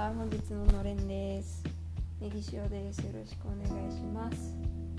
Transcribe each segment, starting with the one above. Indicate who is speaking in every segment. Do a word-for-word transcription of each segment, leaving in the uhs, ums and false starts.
Speaker 1: は。本日ののれんです。ネギ塩です。よろしくお願いします。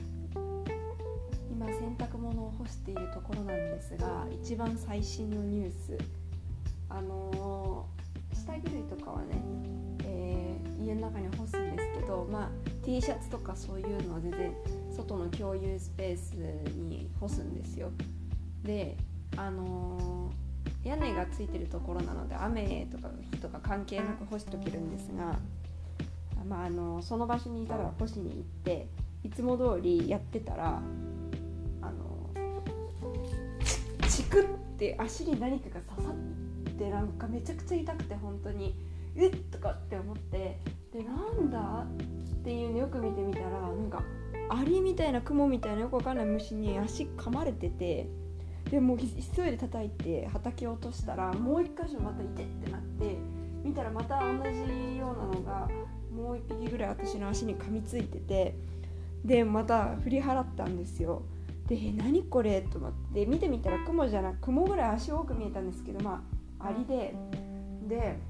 Speaker 1: 今洗濯物を干しているところなんですが、一番最新のニュース、あのー、下着類とかはね、えー、家の中に干すんですけど、まあ T シャツとかそういうのは全然外の共有スペースに干すんですよ。で、あのー屋根がついてるところなので雨とか日とか関係なく干しとけるんですが、まあ、あのその場所にいたら干しに行っていつも通りやってたらあのチクって足に何かが刺さってなんかめちゃくちゃ痛くて本当にうっとかって思ってでなんだっていうのよく見てみたらなんかアリみたいなクモみたいなよくわかんない虫に足噛まれててでもう急いで叩いて畑を落としたらもう一箇所またいてってなって見たらまた同じようなのがもう一匹ぐらい私の足に噛みついててでまた振り払ったんですよ。で何これと思って見てみたらクモじゃなくクモぐらい足多く見えたんですけどまあアリでで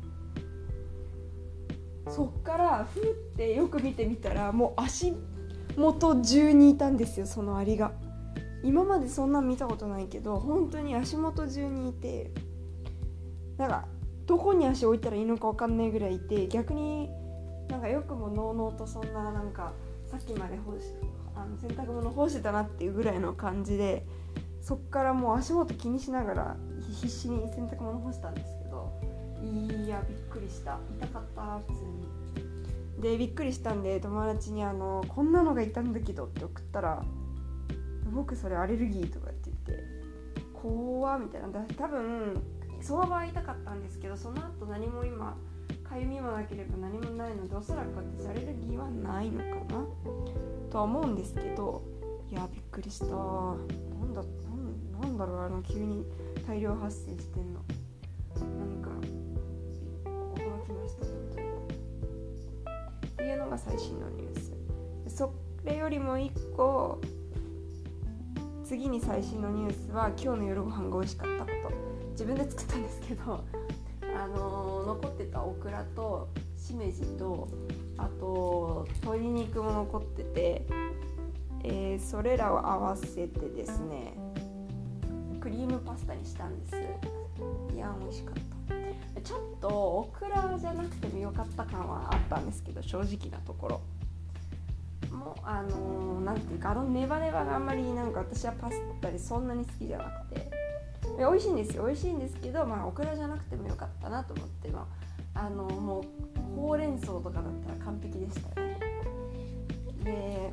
Speaker 1: そっからふーってよく見てみたらもう足元中にいたんですよそのアリが。今までそんな見たことないけど本当に足元中にいてなんかどこに足置いたらいいのか分かんないぐらいいて逆になんかよくものうのうとそんななんかさっきまで干しあの洗濯物干してたなっていうぐらいの感じでそっからもう足元気にしながら必死に洗濯物干したんですけどいやびっくりした痛かった普通にでびっくりしたんで友達にあのこんなのがいたんだけどって送ったら僕それアレルギーとかって言って怖みたいなだ多分その場合痛かったんですけどその後何も今かゆみもなければ何もないのでおそらく私アレルギーはないのかなとは思うんですけどいやびっくりしたなんだなんなんだろうあの急に大量発生してんのなんか驚きました本当にっていうのが最新のニュースそれよりも一個次に最新のニュースは今日の夜ご飯が美味しかったこと自分で作ったんですけど、あのー、残ってたオクラとしめじとあと鶏肉も残ってて、えー、それらを合わせてですねクリームパスタにしたんです。いや美味しかったちょっとオクラじゃなくてもよかった感はあったんですけど正直なところもうあのー、なんていうかあのネバネバがあんまりなんか私はパスタでそんなに好きじゃなくて美味しいんですよ美味しいんですけどまあオクラじゃなくてもよかったなと思ってまああのー、もうほうれん草とかだったら完璧でしたねで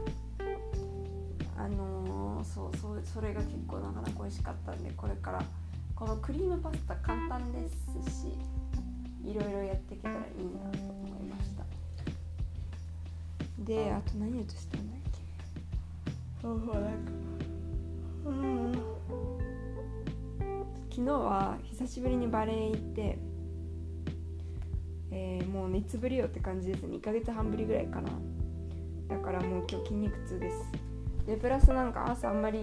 Speaker 1: あのー、そうそうそれが結構なかなか美味しかったんでこれからこのクリームパスタ簡単ですしいろいろやっていけたらいいなと思いましたで、あと何をとしたんだっけそうそうなんかうん昨日は久しぶりにバレエ行って、えー、もう熱ぶりよって感じですねにかげつはんぶりぐらいかなだからもう今日筋肉痛ですでプラスなんか朝あんまり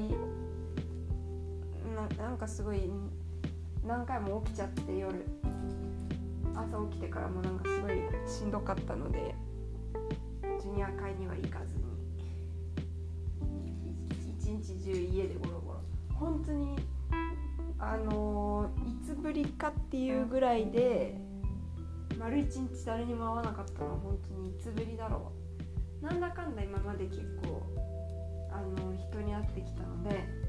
Speaker 1: な, なんかすごい何回も起きちゃって夜朝起きてからもなんかすごいしんどかったのでジュニア会には行かずに一日中家でゴロゴロ本当にあのー、いつぶりかっていうぐらいで丸一日誰にも会わなかったのは本当にいつぶりだろうなんだかんだ今まで結構あのー、人に会ってきたの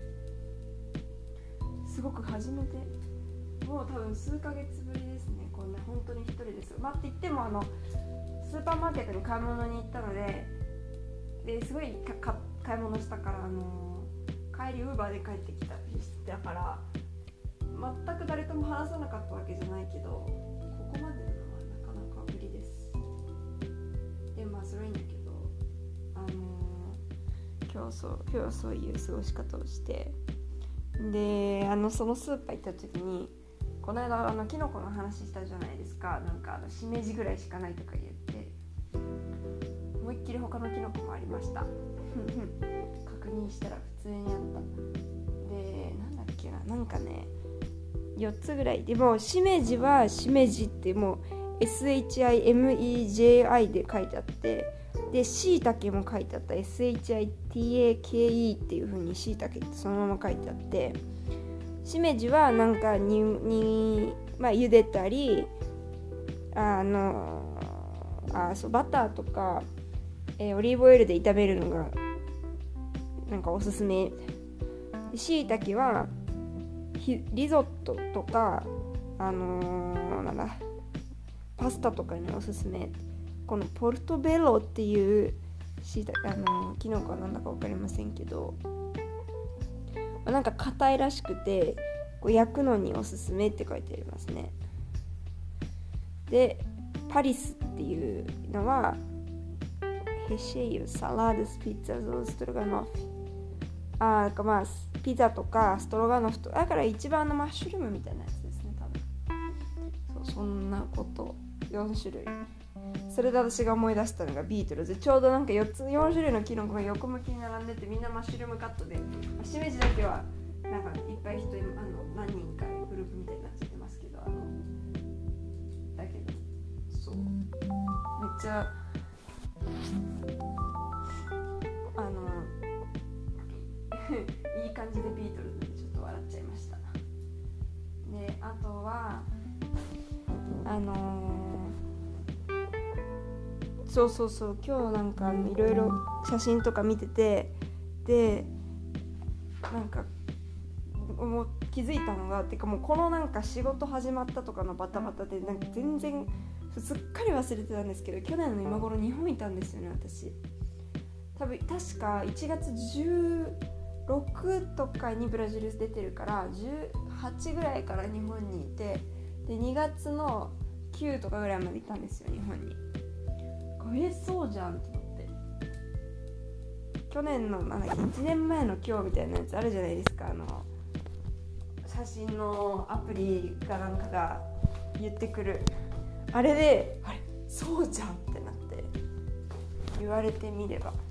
Speaker 1: ですごく初めてもう多分数ヶ月ぶりですねこんな本当に一人ですまあって言ってもあのスーパーマーケットに買い物に行ったので、ですごいか買い物したから、あのー、帰りウーバーで帰ってきたりしてたから全く誰とも話さなかったわけじゃないけどここまでのはなかなかぶりですでまあそれはいいんだけど、あのー、今日そう今日はそういう過ごし方をしてであのそのスーパー行った時にこの間あのキノコの話したじゃないですかなんかあのしめじぐらいしかないとか言って思いっきり他のキノコもありました確認したら普通にあったでなんだっけななんかねよっつぐらいでもしめじはしめじってもうエスエイチアイエムイージェーアイ で書いてあって、でしいたけも書いてあった エスエイチアイティーエーケーイー っていう風にしいたけってそのまま書いてあって、しめじはなんかににまあ茹でたり、あのあそうバターとか、えー、オリーブオイルで炒めるのがなんかおすすめ。しいたけはリゾットとかあのー、なんだパスタとかにおすすめ。このポルトベロっていうしいたけ、あのー、キノコはなんだか分かりませんけど、なんか硬いらしくてこう焼くのにおすすめって書いてありますね。でパリスっていうのはヘシェイユ、サラダス、ピッツァ、ストロガノフ、あーまあピザとかストロガノフと、だから一番のマッシュルームみたいなやつですね、多分。そう、そんなことよん種類。それで私が思い出したのがビートルズ。ちょうどなんかよっつよん種類のキノコが横向きに並んでて、みんなマッシュルームカットで、しめじだけはなんかいっぱい人あの何人かグループみたいになっちゃってますけど、あのだけどそうめっちゃあのいい感じでビートルズでちょっと笑っちゃいました。であとはあのー、そうそうそう今日なんかいろいろ写真とか見てて、でなんかもう気づいたのが、てかもうこのなんか仕事始まったとかのバタバタでなんか全然すっかり忘れてたんですけど、去年の今頃日本いたんですよね、私。多分確かいちがつじゅうろくとかにブラジル出てるからじゅうはちぐらいから日本にいて、でにがつのくとかぐらいまでいたんですよ、日本に。えそうじゃんと思って、去年のなんだっけいちねんまえの今日みたいなやつあるじゃないですか、あの写真のアプリかなんかが言ってくるあれで、あれそうじゃんってなって、言われてみれば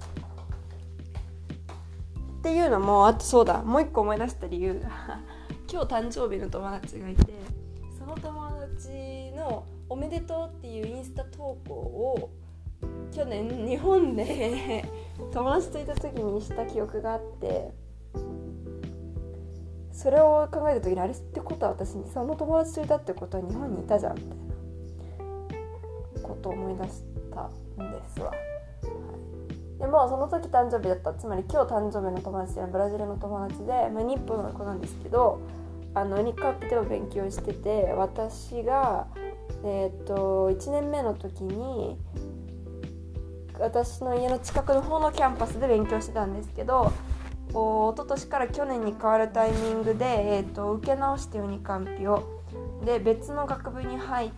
Speaker 1: っていうのも、あとそうだ、もう一個思い出した理由今日誕生日の友達がいて、その友達のおめでとうっていうインスタ投稿を去年日本で友達といた時にした記憶があって、それを考えた時に、あれってことは私にその友達といたってことは日本にいたじゃんみたいなことを思い出したんですわ。でもその時誕生日だった、つまり今日誕生日の友達はブラジルの友達で、まあ、日本の子なんですけど、あの日韓ピでも勉強してて、私が、えー、といちねんめの時に私の家の近くの方のキャンパスで勉強してたんですけど、一昨年から去年に変わるタイミングで、えー、と受け直してユニカンピをで別の学部に入って、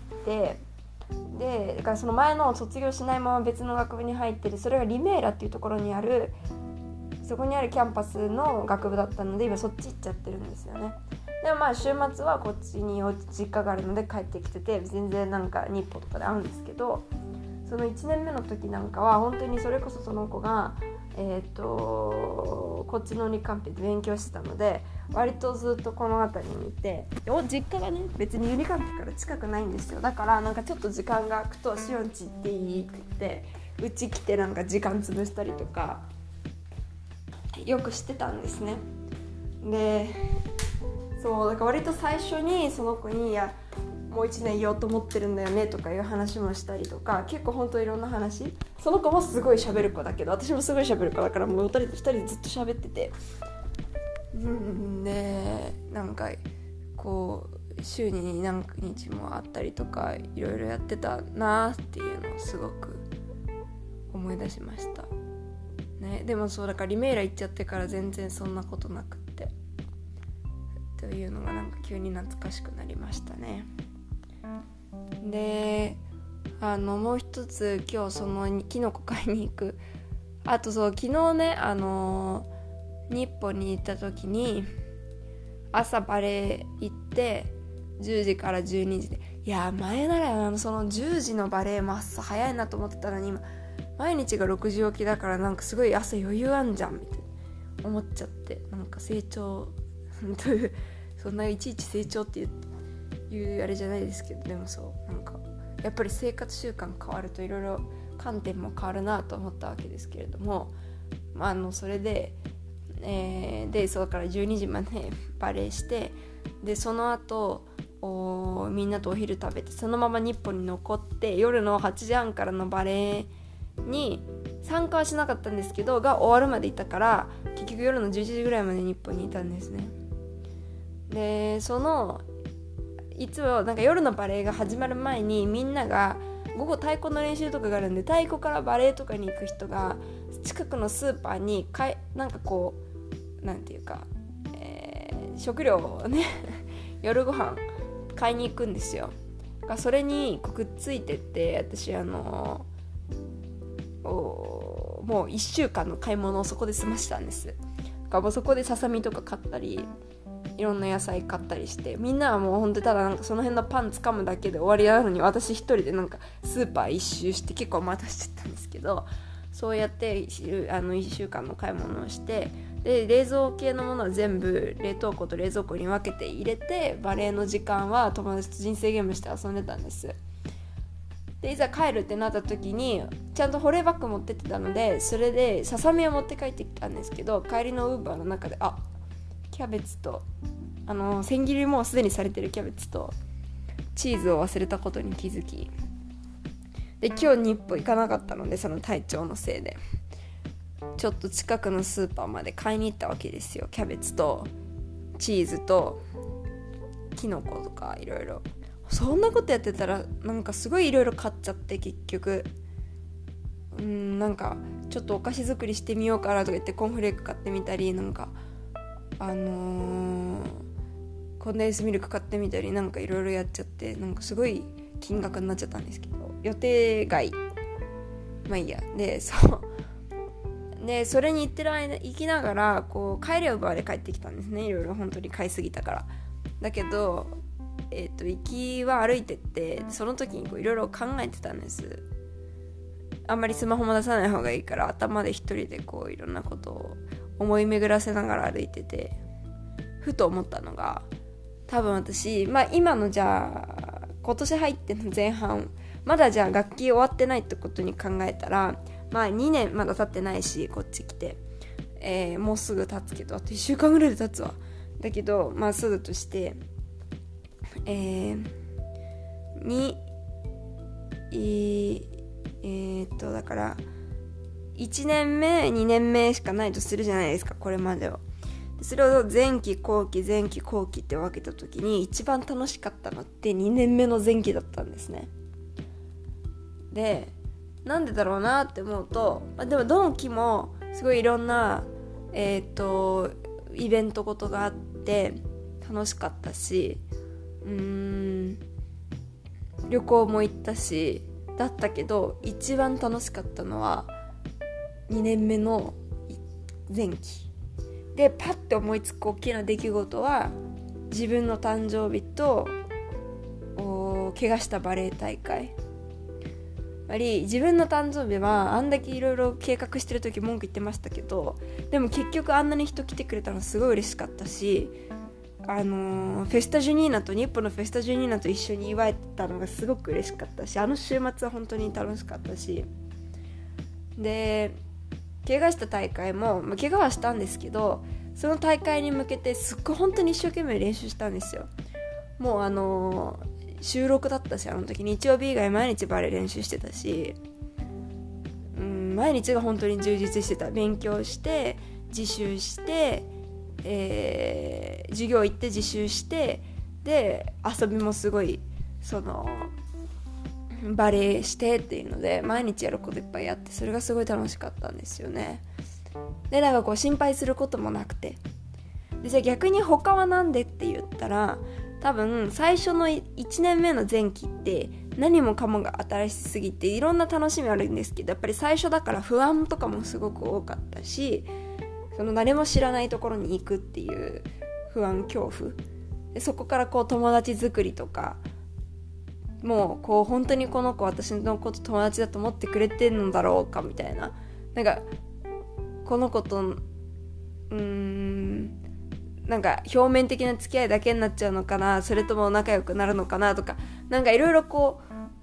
Speaker 1: でだからその前のを卒業しないまま別の学部に入ってる、それがリメーラっていうところにある、そこにあるキャンパスの学部だったので、今そっち行っちゃってるんですよね。でもまあ週末はこっちに実家があるので帰ってきてて、全然なんか日報とかで会うんですけど、そのいちねんめの時なんかは本当にそれこそその子がえー、とこっちのリカンピで勉強してたので、割とずっとこの辺りにいて、実家がね別にユニカンピから近くないんですよ。だからなんかちょっと時間が空くとシオンチ行っていいって言ってうち来てなんか時間潰したりとかよくしてたんですね。でそうだから割と最初にその子に、いやもういちねんいようと思ってるんだよねとかいう話もしたりとか、結構本当いろんな話、その子もすごい喋る子だけど私もすごい喋る子だから、もうふたりでずっと喋ってて、うんでなんかこう週に何日も会ったりとかいろいろやってたなっていうのをすごく思い出しました、ね、でもそうだからリメイラ行っちゃってから全然そんなことなくってというのがなんか急に懐かしくなりましたね。であのもう一つ今日そのキノコ買いに行く、あとそう昨日ねあの日本に行った時に朝バレー行ってじゅうじからじゅうにじで、いや前ならあのそのじゅうじのバレーも朝早いなと思ってたのに、今毎日がろくじ起きだからなんかすごい朝余裕あんじゃんみたいな思っちゃって、なんか成長そんないちいち成長っていうあれじゃないですけど、でもそうなんかやっぱり生活習慣変わるといろいろ観点も変わるなと思ったわけですけれども、まあ、あのそれで、えー、でそうだからじゅうにじまでバレエして、でその後おみんなとお昼食べてそのまま日本に残って、夜のはちじはんからのバレエに参加はしなかったんですけどが終わるまでいたから、結局夜のじゅういちじぐらいまで日本にいたんですね。でそのいつもなんか夜のバレエが始まる前にみんなが午後太鼓の練習とかがあるんで、太鼓からバレエとかに行く人が近くのスーパーにかいなんかこうなんていうか、えー、食料をね夜ご飯買いに行くんですよ。それにくっついてって、私あのもういっしゅうかんの買い物をそこで済ましたんです。だからもうそこでささみとか買ったり、いろんな野菜買ったりして、みんなはもうほんとただなんかその辺のパン掴むだけで終わりなのに、私一人でなんかスーパー一周して結構待たしちゃったんですけど、そうやってあのいっしゅうかんの買い物をして、で冷蔵系のものは全部冷凍庫と冷蔵庫に分けて入れて、バレエの時間は友達と人生ゲームして遊んでたんです。でいざ帰るってなった時にちゃんと保冷バッグ持ってってたので、それでささみを持って帰ってきたんですけど、帰りのウーバーの中であキャベツとあの千切りもうすでにされてるキャベツとチーズを忘れたことに気づき、で今日日本行かなかったので、その体調のせいでちょっと近くのスーパーまで買いに行ったわけですよ。キャベツとチーズとキノコとかいろいろ。そんなことやってたらなんかすごいいろいろ買っちゃって、結局うーんなんかちょっとお菓子作りしてみようかなとか言ってコーンフレーク買ってみたり、なんかあのー、コンデンスミルク買ってみたり、なんかいろいろやっちゃって、なんかすごい金額になっちゃったんですけど、予定外、まあいいや。でそうでそれに行ってる間行きながらこう帰りはバーで帰ってきたんですね。いろいろ本当に買いすぎたから。だけどえー、と行きは歩いてって、その時にいろいろ考えてたんです。あんまりスマホも出さない方がいいから、頭で一人でこういろんなことを思い巡らせながら歩いてて、ふと思ったのが、多分私、まあ、今のじゃあ今年入っての前半まだじゃあ楽器終わってないってことに考えたら、まあにねんまだ経ってないし、こっち来て、えー、もうすぐ経つけど、あといっしゅうかんぐらいで経つわ。だけどまあすぐとしてえー、にえー、えー、っとだからいちねんめにねんめしかないとするじゃないですか、これまでを。それを前期後期前期後期って分けた時に一番楽しかったのってにねんめの前期だったんですね。でなんでだろうなって思うと、まあ、でもどの期もすごいいろんなえー、っとイベントごとがあって楽しかったし、うーん旅行も行ったしだったけど、一番楽しかったのはにねんめの前期で、パッて思いつく大きな出来事は自分の誕生日と怪我したバレエ大会。やはり自分の誕生日はあんだけいろいろ計画してる時文句言ってましたけど、でも結局あんなに人来てくれたのすごい嬉しかったし、あのー、フェスタジュニーナと日本のフェスタジュニーナと一緒に祝えたのがすごく嬉しかったし、あの週末は本当に楽しかったし、で怪我した大会も、まあ、怪我はしたんですけど、その大会に向けてすっごい本当に一生懸命練習したんですよ。もうあのー、収録だったし、あの時日曜日以外毎日バレエ練習してたし、うん、毎日が本当に充実してた。勉強して自習してえー、授業行って自習して、で遊びもすごいそのバレエしてっていうので毎日やることいっぱいやって、それがすごい楽しかったんですよね。でなんかこう心配することもなくて、でじゃあ逆に他はなんでって言ったら、多分最初のいちねんめの前期って何もかもが新しすぎていろんな楽しみあるんですけど、やっぱり最初だから不安とかもすごく多かったし、その誰も知らないところに行くっていう不安恐怖で、そこからこう友達作りとか、もうこう本当にこの子私のこと友達だと思ってくれてんのだろうかみたいな、なんかこの子とうーんなんか表面的な付き合いだけになっちゃうのかな、それとも仲良くなるのかなとか、なんかいろいろこ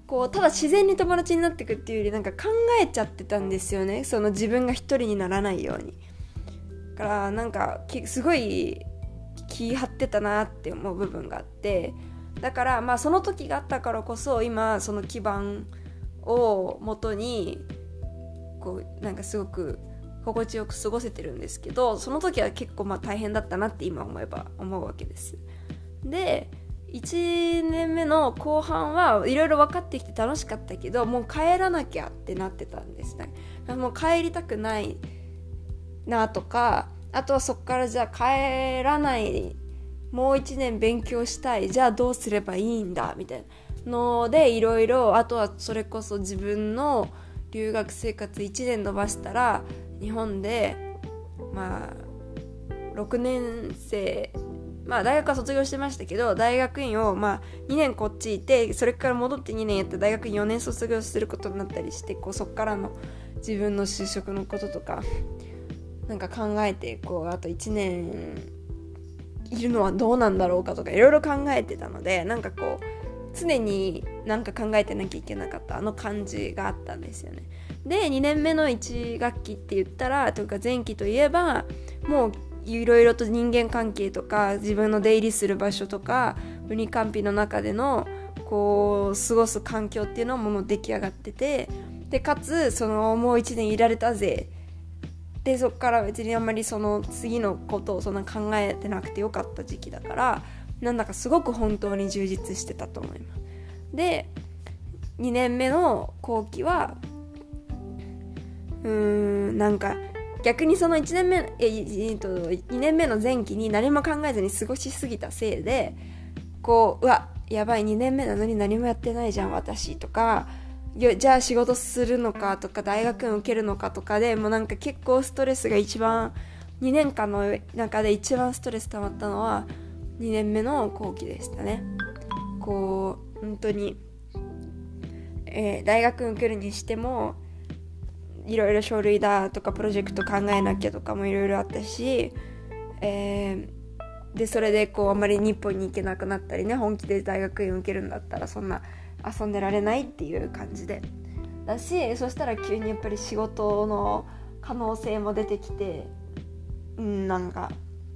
Speaker 1: こうただ自然に友達になっていくっていうよりなんか考えちゃってたんですよね、その自分が一人にならないように。だからなんかすごい気張ってたなって思う部分があって、だからまあその時があったからこそ今その基盤を元にこうなんかすごく心地よく過ごせてるんですけど、その時は結構まあ大変だったなって今思えば思うわけです。でいちねんめの後半はいろいろ分かってきて楽しかったけど、もう帰らなきゃってなってたんですね。もう帰りたくないなとか、あとはそこからじゃあ帰らない、もういちねん勉強したい、じゃあどうすればいいんだみたいなのでいろいろ、あとはそれこそ自分の留学生活いちねん延ばしたら日本でまあろくねん生、まあ大学は卒業してましたけど大学院をまあにねんこっちいて、それから戻ってにねんやって大学院よねん卒業することになったりして、こうそっからの自分の就職のこととかなんか考えて、こうあといちねんいるのはどうなんだろうかとかいろいろ考えてたので、なんかこう常になんか考えてなきゃいけなかったあの感じがあったんですよね。でにねんめのいち学期って言ったらというか前期といえば、もういろいろと人間関係とか自分の出入りする場所とかウニカンピの中でのこう過ごす環境っていうのはもう出来上がってて、でかつそのもういちねんいられたぜで、そっから別にあんまりその次のことをそんな考えてなくてよかった時期だから、なんだかすごく本当に充実してたと思います。でにねんめの後期はうーんなんか逆にそのいちねんめええっとにねんめの前期に何も考えずに過ごしすぎたせいで、こううわやばいにねんめなのに何もやってないじゃん私とか、じゃあ仕事するのかとか大学受けるのかとかでもうなんか結構ストレスが一番にねんかんの中で一番ストレス溜まったのはにねんめの後期でしたね。こう本当に、えー、大学受けるにしてもいろいろ書類だとかプロジェクト考えなきゃとかもいろいろあったし、えー、でそれでこうあんまり日本に行けなくなったりね、本気で大学院受けるんだったらそんな遊んでられないっていう感じでだし、そしたら急にやっぱり仕事の可能性も出てきて、うんなんか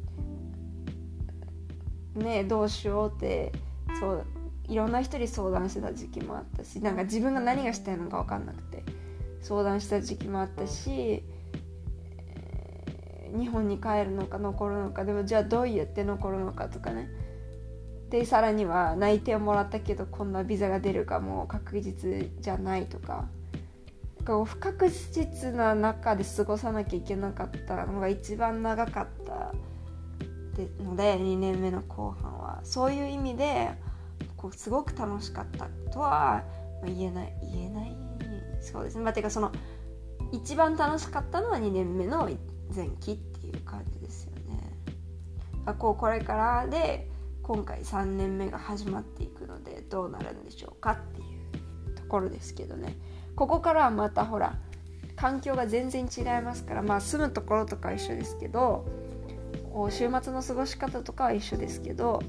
Speaker 1: ねどうしようってそういろんな人に相談してた時期もあったし、なんか自分が何がしたいのか分かんなくて相談した時期もあったし、えー、日本に帰るのか残るのか、でもじゃあどうやって残るのかとかね。でさらには内定をもらったけどこんなビザが出るかも確実じゃないとか、こう不確実な中で過ごさなきゃいけなかったのが一番長かったので、にねんめの後半はそういう意味でこうすごく楽しかったとは言えない言えないそうですね。まあ、てかその一番楽しかったのはにねんめの前期っていう感じですよね。あこうこれからで今回さんねんめが始まっていくのでどうなるんでしょうかっていうところですけどね。ここからはまたほら環境が全然違いますから、まあ住むところとかは一緒ですけど、週末の過ごし方とかは一緒ですけど、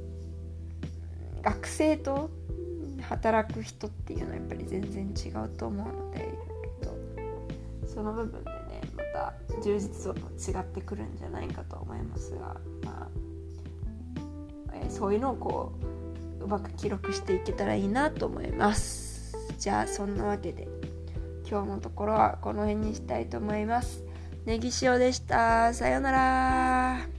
Speaker 1: 学生と働く人っていうのはやっぱり全然違うと思うので、その部分でねまた充実度も違ってくるんじゃないかと思いますが、まあえー、そういうのをこううまく記録していけたらいいなと思います。じゃあそんなわけで今日のところはこの辺にしたいと思います。ネギ塩でした。さようなら。